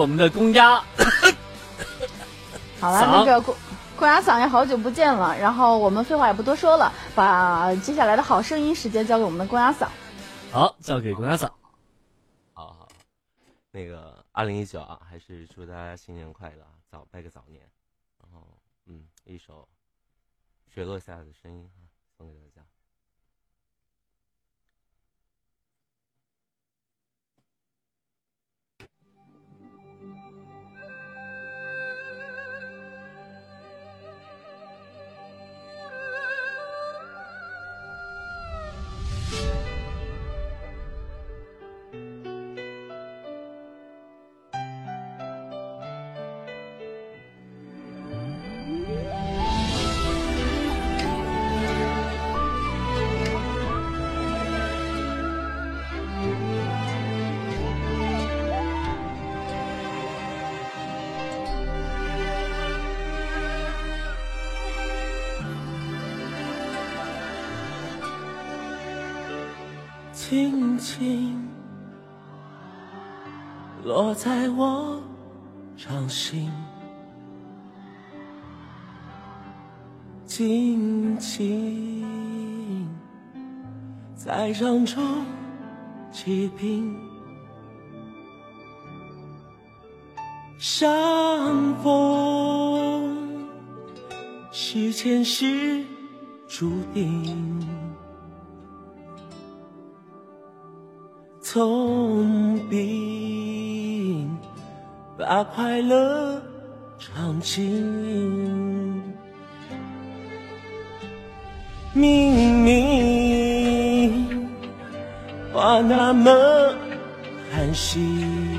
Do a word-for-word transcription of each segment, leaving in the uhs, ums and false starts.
我们的公鸭。 好了，那个公公鸭嗓也好久不见了，然后我们废话也不多说了，把接下来的好声音时间交给我们的公鸭嗓。 好，交给公鸭嗓。 好好，那个二零一九啊，还是祝大家新年快乐，早拜个早年。然后，嗯，一首雪落下的声音啊，送给大家。轻轻落在我掌心，静静在掌中结冰，相逢是前世注定，从冰把快乐尝尽，明明话那么寒心，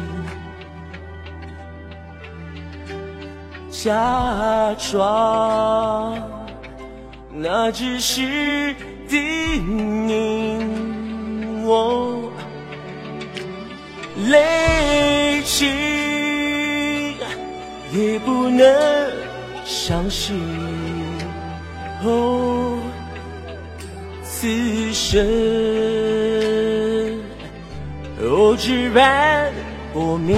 假装那只是叮咛，我泪泣也不能相信，哦，此生哦只伴我命。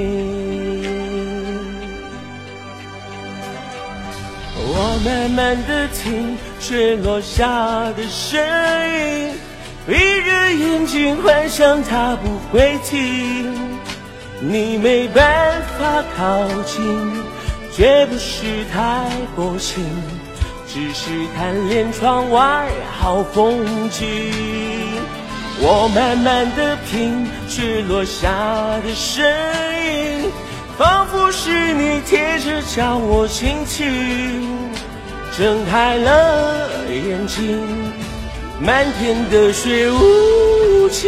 我慢慢地听坠落下的声音，闭着眼睛幻想它不会停，你没办法靠近，绝不是太薄情，只是贪恋窗外好风景。我慢慢地品坠落下的声音，仿佛是你贴着将我轻轻睁开了眼睛，漫天的雪无情，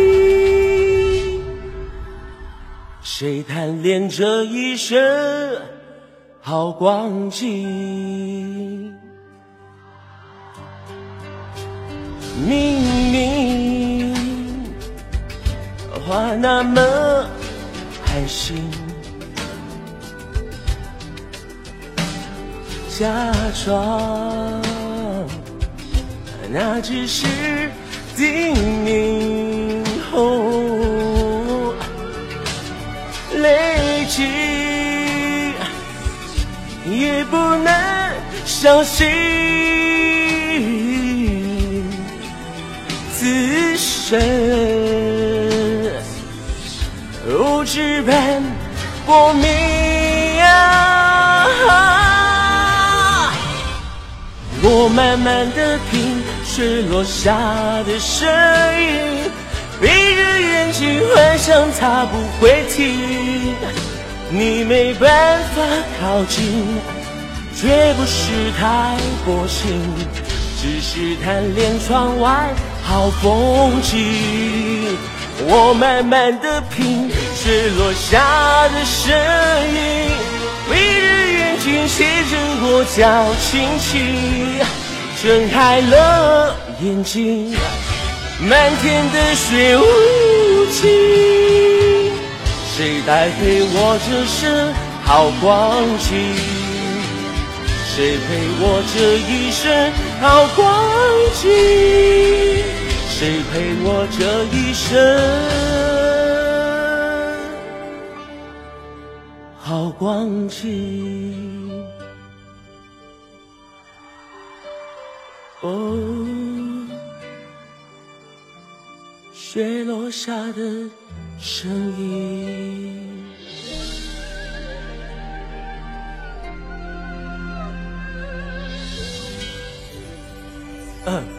谁贪恋这一生好光景？明明话那么寒心，假装那只是叮咛，哦，泪泣也不能相信，此生哦只伴我命啊！我慢慢地品坠落下的声音，闭着眼睛幻想它不会停，你没办法靠近，绝不是太薄情，只是贪恋窗外好风景。我慢慢地品坠落下的声音，闭着眼睛写着我叫轻轻睁开了眼睛，漫天的雪无情，谁带陪我这生好光景？谁陪我这一生好光景？谁陪我这一生好光景。哦，雪落下的声音。嗯。